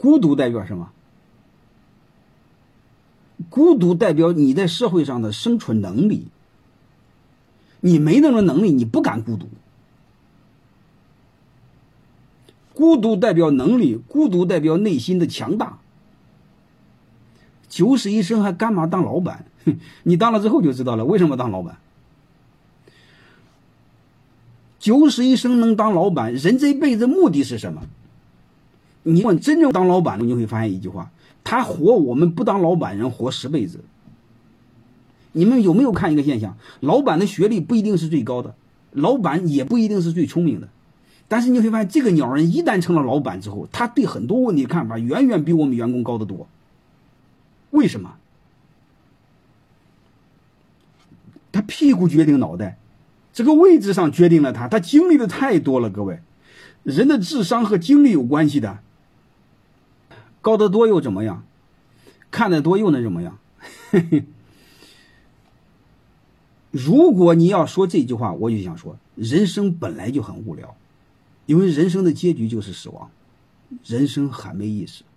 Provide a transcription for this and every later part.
孤独代表什么？孤独代表你在社会上的生存能力。你没那种能力，你不敢孤独。孤独代表能力，孤独代表内心的强大。91一生还干嘛当老板？你当了之后就知道了为什么当老板。91一生能当老板，人这辈子目的是什么？你问真正当老板的，你会发现一句话：他活我们不当老板人活10辈子。你们有没有看一个现象？老板的学历不一定是最高的，老板也不一定是最聪明的，但是你会发现这个鸟人一旦成了老板之后，他对很多问题的看法远远比我们员工高得多。为什么？他屁股决定脑袋，这个位置上决定了他经历的太多了。各位，人的智商和经历有关系的，高得多又怎么样？看得多又能怎么样？如果你要说这句话，我就想说，人生本来就很无聊，因为人生的结局就是死亡，人生很没意思。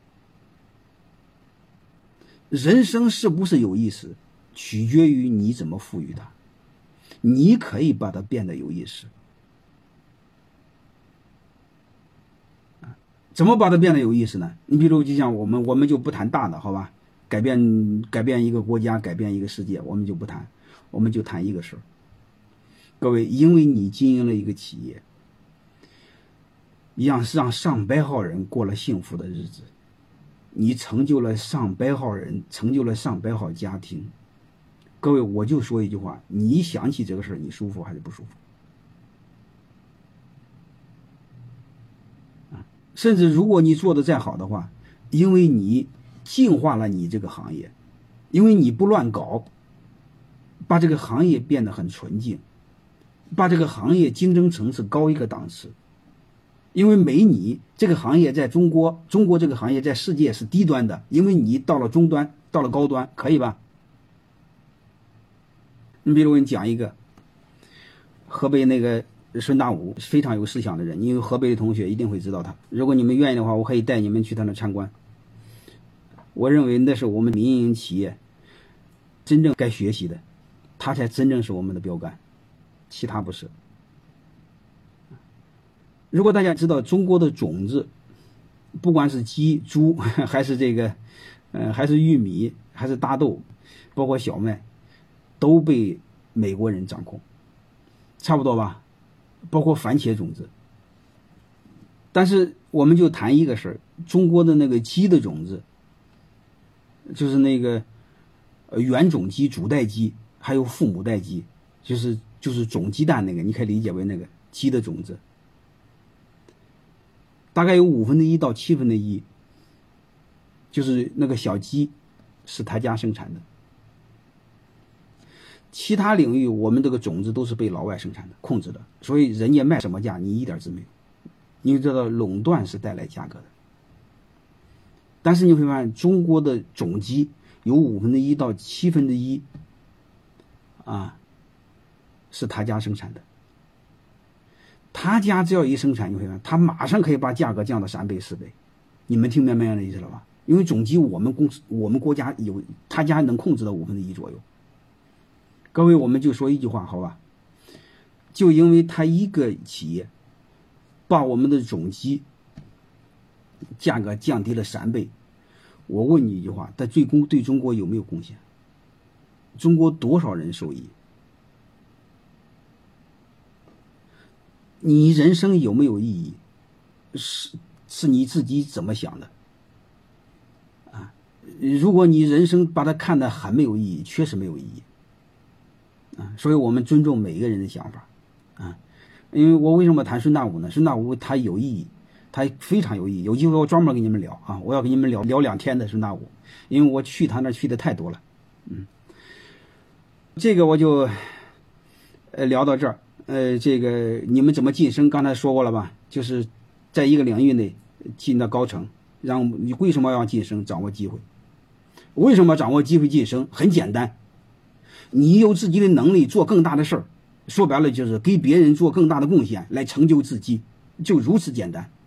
人生是不是有意思，取决于你怎么赋予它。你可以把它变得有意思。怎么把它变得有意思呢？你比如就像我们就不谈大的，好吧？改变一个国家，改变一个世界，我们就不谈。我们就谈一个事儿，各位，因为你经营了一个企业，让上百号人过了幸福的日子，你成就了上百号人，成就了上百号家庭。各位，我就说一句话，你想起这个事儿，你舒服还是不舒服？甚至如果你做的再好的话，因为你净化了你这个行业，因为你不乱搞，把这个行业变得很纯净，把这个行业竞争层次高一个档次。因为没你，这个行业在中国这个行业在世界是低端的，因为你到了中端，到了高端，可以吧？你比如我给你讲一个，河北那个孙大武非常有思想的人，因为河北的同学一定会知道他。如果你们愿意的话，我可以带你们去他那参观。我认为那是我们民营企业真正该学习的，他才真正是我们的标杆，其他不是。如果大家知道中国的种子，不管是鸡、猪，还是还是玉米，还是大豆，包括小麦，都被美国人掌控，差不多吧？包括番茄种子。但是我们就谈一个事儿，中国的那个鸡的种子，就是那个原种鸡、主代鸡，还有父母代鸡，就是种鸡蛋那个，你可以理解为那个鸡的种子。大概有1/5到1/7，就是那个小鸡是他家生产的。其他领域我们这个种子都是被老外生产的、控制的，所以人家卖什么价你一点字没有。你知道垄断是带来价格的。但是你会发现中国的种鸡有1/5到1/7是他家生产的。他家只要一生产，你会看，他马上可以把价格降到3倍4倍。你们听明白的意思了吧？因为种鸡我们国家有，他家能控制到1/5左右。各位，我们就说一句话，好吧？就因为他一个企业把我们的种鸡价格降低了3倍，我问你一句话，他对中国有没有贡献？中国多少人受益？你人生有没有意义？是你自己怎么想的啊？如果你人生把它看得很没有意义，确实没有意义啊。所以我们尊重每一个人的想法啊。因为我为什么谈孙大武呢？孙大武他有意义，他非常有意义。有机会我专门跟你们聊啊，我要跟你们聊2天的孙大武，因为我去他那去的太多了。这个我就聊到这儿。这个你们怎么晋升？刚才说过了吧？就是在一个领域内进到高层。你为什么要晋升？掌握机会。为什么掌握机会晋升？很简单，你有自己的能力做更大的事儿，说白了就是给别人做更大的贡献，来成就自己，就如此简单。